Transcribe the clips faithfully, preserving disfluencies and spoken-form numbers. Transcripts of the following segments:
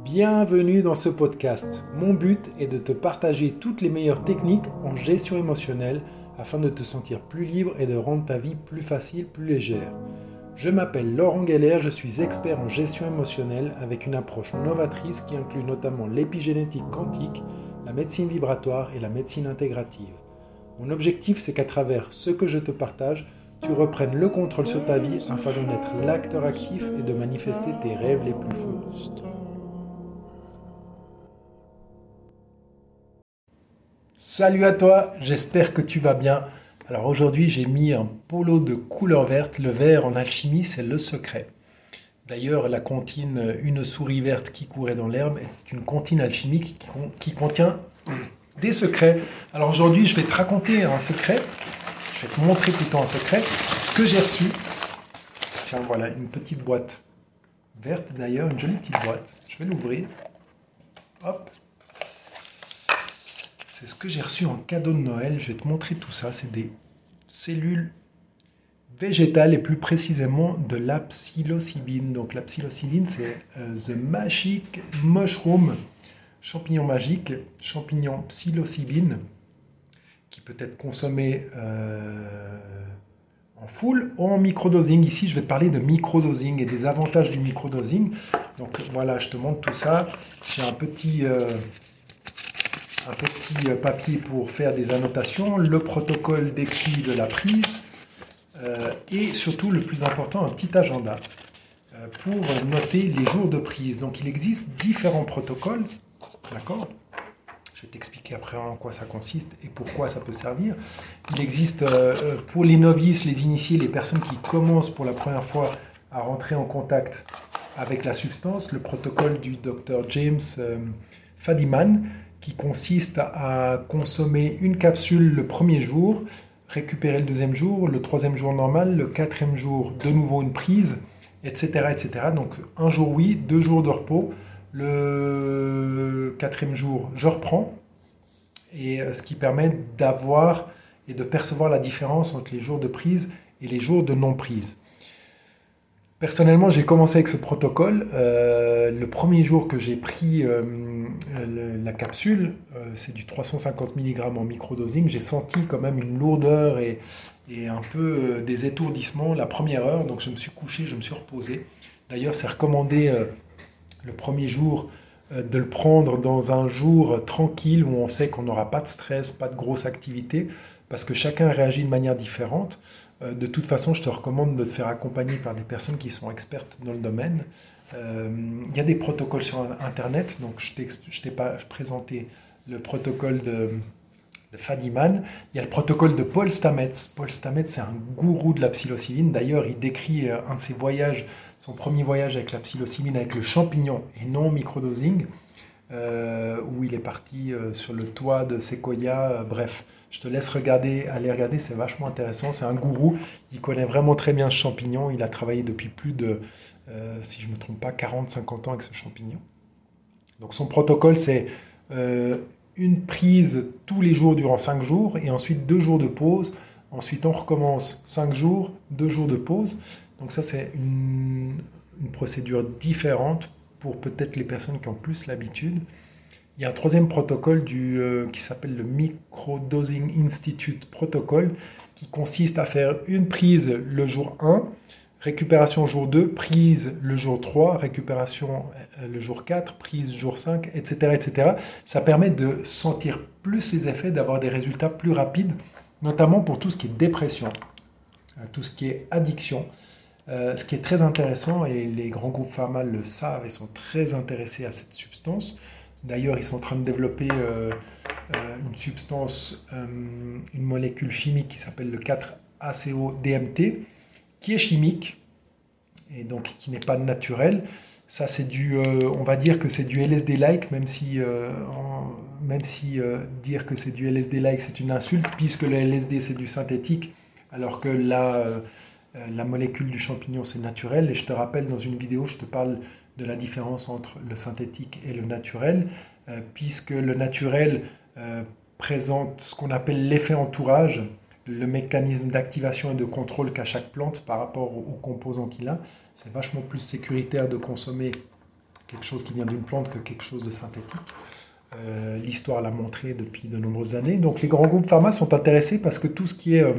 Bienvenue dans ce podcast. Mon but est de te partager toutes les meilleures techniques en gestion émotionnelle afin de te sentir plus libre et de rendre ta vie plus facile, plus légère. Je m'appelle Laurent Geller, je suis expert en gestion émotionnelle avec une approche novatrice qui inclut notamment l'épigénétique quantique, la médecine vibratoire et la médecine intégrative. Mon objectif, c'est qu'à travers ce que je te partage, tu reprennes le contrôle sur ta vie afin d'en être l'acteur actif et de manifester tes rêves les plus fous. Salut à toi, j'espère que tu vas bien. Alors aujourd'hui, j'ai mis un polo de couleur verte. Le vert en alchimie, c'est le secret. D'ailleurs, la comptine Une souris verte qui courait dans l'herbe est une comptine alchimique qui, qui contient des secrets. Alors aujourd'hui, je vais te raconter un secret. Je vais te montrer plutôt un secret. Ce que j'ai reçu. Tiens, voilà, une petite boîte verte d'ailleurs, une jolie petite boîte. Je vais l'ouvrir. Hop. C'est ce que j'ai reçu en cadeau de Noël. Je vais te montrer tout ça. C'est des cellules végétales et plus précisément de la psilocybine. Donc la psilocybine, c'est euh, The Magic Mushroom, champignon magique, champignon psilocybine, qui peut être consommé euh, en full ou en microdosing. Ici, je vais te parler de microdosing et des avantages du microdosing. Donc voilà, je te montre tout ça. J'ai un petit... Euh, un petit papier pour faire des annotations, le protocole décrit de la prise euh, et surtout, le plus important, un petit agenda euh, pour noter les jours de prise. Donc, il existe différents protocoles, d'accord ? Je vais t'expliquer après en quoi ça consiste et pourquoi ça peut servir. Il existe euh, pour les novices, les initiés, les personnes qui commencent pour la première fois à rentrer en contact avec la substance, le protocole du docteur James euh, Fadiman, qui consiste à consommer une capsule le premier jour, récupérer le deuxième jour, le troisième jour normal, le quatrième jour de nouveau une prise, et cetera, et cetera. Donc un jour oui, deux jours de repos, le quatrième jour je reprends, et ce qui permet d'avoir et de percevoir la différence entre les jours de prise et les jours de non-prise. Personnellement, j'ai commencé avec ce protocole. Euh, le premier jour que j'ai pris euh, le, la capsule, euh, c'est du trois cent cinquante milligrammes en microdosing. J'ai senti quand même une lourdeur et, et un peu euh, des étourdissements la première heure. Donc je me suis couché, je me suis reposé. D'ailleurs, c'est recommandé euh, le premier jour euh, de le prendre dans un jour tranquille où on sait qu'on n'aura pas de stress, pas de grosse activité, parce que chacun réagit de manière différente. De toute façon, je te recommande de te faire accompagner par des personnes qui sont expertes dans le domaine. Euh, il y a des protocoles sur Internet, donc je t'ai, je t'ai pas présenté le protocole de, de Fadiman. Il y a le protocole de Paul Stamets. Paul Stamets, c'est un gourou de la psilocybine. D'ailleurs, il décrit un de ses voyages, son premier voyage avec la psilocybine, avec le champignon et non microdosing, euh, où il est parti euh, sur le toit de Séquoia, euh, bref. Je te laisse regarder, aller regarder, c'est vachement intéressant. C'est un gourou, il connaît vraiment très bien ce champignon. Il a travaillé depuis plus de, euh, si je ne me trompe pas, quarante à cinquante ans avec ce champignon. Donc son protocole, c'est euh, une prise tous les jours durant cinq jours et ensuite deux jours de pause. Ensuite, on recommence cinq jours, deux jours de pause. Donc ça, c'est une, une procédure différente pour peut-être les personnes qui ont plus l'habitude. Il y a un troisième protocole du, euh, qui s'appelle le Microdosing Institute Protocol, qui consiste à faire une prise le jour un, récupération jour deux, prise le jour trois, récupération euh, le jour quatre, prise jour cinq, et cetera, et cetera. Ça permet de sentir plus les effets, d'avoir des résultats plus rapides, notamment pour tout ce qui est dépression, tout ce qui est addiction. Euh, ce qui est très intéressant, et les grands groupes pharma le savent et sont très intéressés à cette substance. D'ailleurs, ils sont en train de développer euh, euh, une substance, euh, une molécule chimique qui s'appelle le quatre A C O D M T, qui est chimique et donc qui n'est pas naturel. Ça, c'est du, euh, on va dire que c'est du L S D-like, même si, euh, en, même si euh, dire que c'est du L S D-like, c'est une insulte, puisque le L S D, c'est du synthétique, alors que la, euh, la molécule du champignon, c'est naturel. Et je te rappelle, dans une vidéo, je te parle de la différence entre le synthétique et le naturel, euh, puisque le naturel euh, présente ce qu'on appelle l'effet entourage, le mécanisme d'activation et de contrôle qu'a chaque plante par rapport aux composants qu'il a. C'est vachement plus sécuritaire de consommer quelque chose qui vient d'une plante que quelque chose de synthétique. Euh, l'histoire l'a montré depuis de nombreuses années. Donc les grands groupes pharma sont intéressés parce que tout ce qui est euh,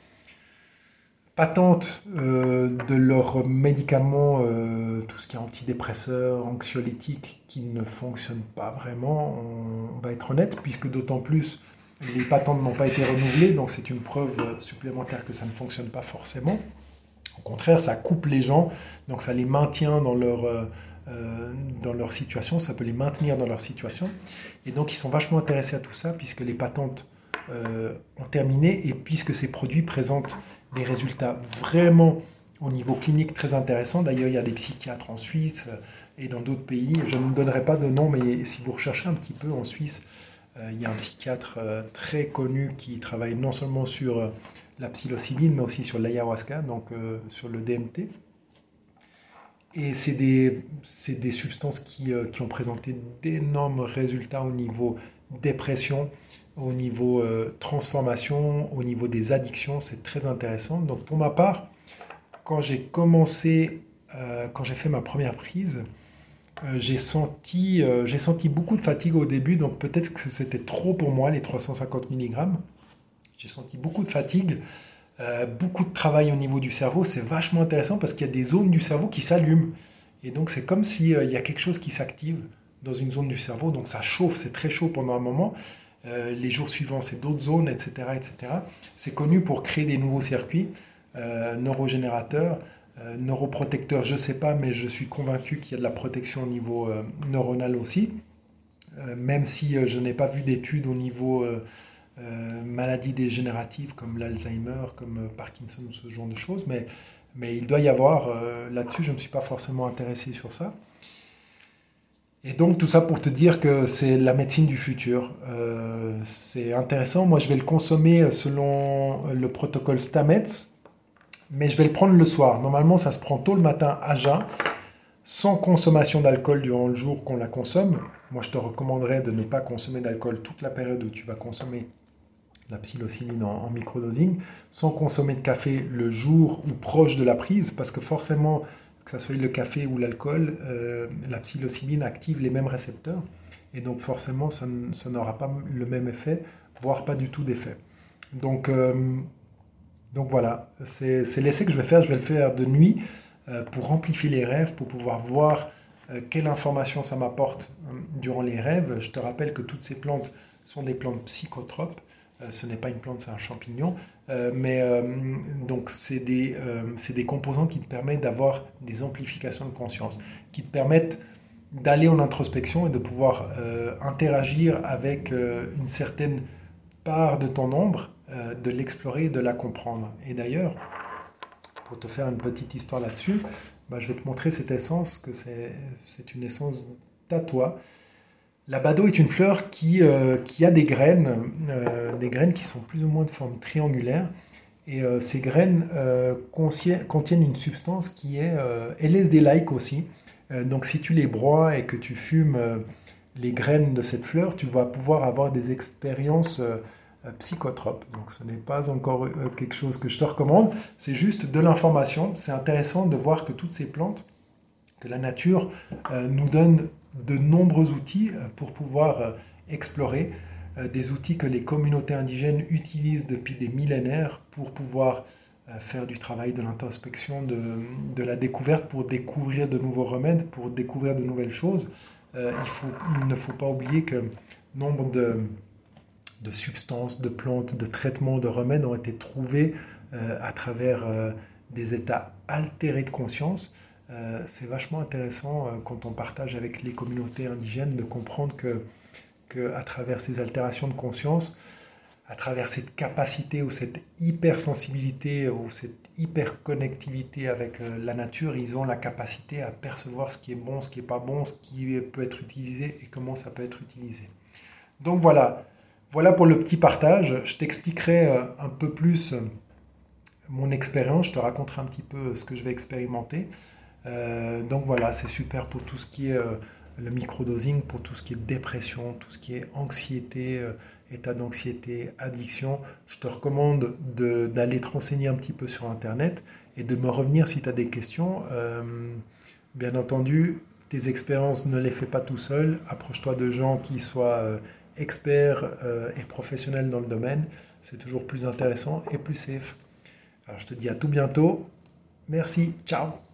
patente euh, de leurs médicaments, euh, tout ce qui est antidépresseurs, anxiolytiques, qui ne fonctionnent pas vraiment, on, on va être honnête, puisque d'autant plus les patentes n'ont pas été renouvelées, donc c'est une preuve supplémentaire que ça ne fonctionne pas forcément. Au contraire, ça coupe les gens, donc ça les maintient dans leur, euh, euh, dans leur situation, ça peut les maintenir dans leur situation. Et donc ils sont vachement intéressés à tout ça, puisque les patentes euh, ont terminé, et puisque ces produits présentent des résultats vraiment au niveau clinique très intéressants. D'ailleurs, il y a des psychiatres en Suisse et dans d'autres pays. Je ne donnerai pas de nom, mais si vous recherchez un petit peu en Suisse, euh, il y a un psychiatre euh, très connu qui travaille non seulement sur euh, la psilocybine, mais aussi sur l'ayahuasca, donc euh, sur le D M T. Et c'est des, c'est des substances qui, euh, qui ont présenté d'énormes résultats au niveau dépression, au niveau euh, transformation, au niveau des addictions. C'est très intéressant. Donc pour ma part, quand j'ai commencé, euh, quand j'ai fait ma première prise, euh, j'ai senti, euh, j'ai senti beaucoup de fatigue au début. Donc peut-être que c'était trop pour moi, les trois cent cinquante milligrammes. J'ai senti beaucoup de fatigue. Euh, beaucoup de travail au niveau du cerveau, c'est vachement intéressant parce qu'il y a des zones du cerveau qui s'allument. Et donc c'est comme s'il euh, y a quelque chose qui s'active dans une zone du cerveau, donc ça chauffe, c'est très chaud pendant un moment. Euh, les jours suivants, c'est d'autres zones, et cetera, et cetera. C'est connu pour créer des nouveaux circuits euh, neurogénérateurs, euh, neuroprotecteurs, je ne sais pas, mais je suis convaincu qu'il y a de la protection au niveau euh, neuronal aussi, euh, même si euh, je n'ai pas vu d'études au niveau... Euh, Euh, maladies dégénératives comme l'Alzheimer, comme euh, Parkinson, ce genre de choses, mais, mais il doit y avoir, euh, là-dessus, je ne me suis pas forcément intéressé sur ça. Et donc tout ça pour te dire que c'est la médecine du futur. Euh, c'est intéressant, moi je vais le consommer selon le protocole Stamets, mais je vais le prendre le soir. Normalement ça se prend tôt le matin à jeun, sans consommation d'alcool durant le jour qu'on la consomme. Moi je te recommanderais de ne pas consommer d'alcool toute la période où tu vas consommer la psilocybine en, en microdosing, sans consommer de café le jour ou proche de la prise, parce que forcément, que ce soit le café ou l'alcool, euh, la psilocybine active les mêmes récepteurs, et donc forcément, ça, ça n'aura pas le même effet, voire pas du tout d'effet. Donc, euh, donc voilà, c'est, c'est l'essai que je vais faire, je vais le faire de nuit, euh, pour amplifier les rêves, pour pouvoir voir euh, quelle information ça m'apporte euh, durant les rêves. Je te rappelle que toutes ces plantes sont des plantes psychotropes. Euh, ce n'est pas une plante, c'est un champignon. Euh, mais euh, donc, c'est des, euh, c'est des composants qui te permettent d'avoir des amplifications de conscience, qui te permettent d'aller en introspection et de pouvoir euh, interagir avec euh, une certaine part de ton ombre, euh, de l'explorer et de la comprendre. Et d'ailleurs, pour te faire une petite histoire là-dessus, bah, je vais te montrer cette essence, que c'est, c'est une essence à toi. La bado est une fleur qui, euh, qui a des graines, euh, des graines qui sont plus ou moins de forme triangulaire. Et euh, ces graines euh, contiennent une substance qui est euh, L S D-like aussi. Euh, donc si tu les broies et que tu fumes euh, les graines de cette fleur, tu vas pouvoir avoir des expériences euh, psychotropes. Donc ce n'est pas encore euh, quelque chose que je te recommande, c'est juste de l'information. C'est intéressant de voir que toutes ces plantes, que la nature euh, nous donne de nombreux outils pour pouvoir explorer, des outils que les communautés indigènes utilisent depuis des millénaires pour pouvoir faire du travail de l'introspection, de, de la découverte, pour découvrir de nouveaux remèdes, pour découvrir de nouvelles choses. Euh, il, faut, il ne faut pas oublier que nombre de, de substances, de plantes, de traitements, de remèdes ont été trouvés euh, à travers euh, des états altérés de conscience. Euh, c'est vachement intéressant euh, quand on partage avec les communautés indigènes de comprendre que, que à travers ces altérations de conscience, à travers cette capacité ou cette hypersensibilité ou cette hyperconnectivité avec euh, la nature, ils ont la capacité à percevoir ce qui est bon, ce qui n'est pas bon, ce qui peut être utilisé et comment ça peut être utilisé. Donc voilà, voilà pour le petit partage. Je t'expliquerai euh, un peu plus euh, mon expérience, je te raconterai un petit peu ce que je vais expérimenter. Euh, donc voilà, c'est super pour tout ce qui est euh, le microdosing, pour tout ce qui est dépression, tout ce qui est anxiété, euh, état d'anxiété, addiction. Je te recommande de, d'aller te renseigner un petit peu sur Internet et de me revenir si tu as des questions. Euh, bien entendu, tes expériences, ne les fais pas tout seul. Approche-toi de gens qui soient euh, experts euh, et professionnels dans le domaine. C'est toujours plus intéressant et plus safe. Alors je te dis à tout bientôt. Merci, ciao.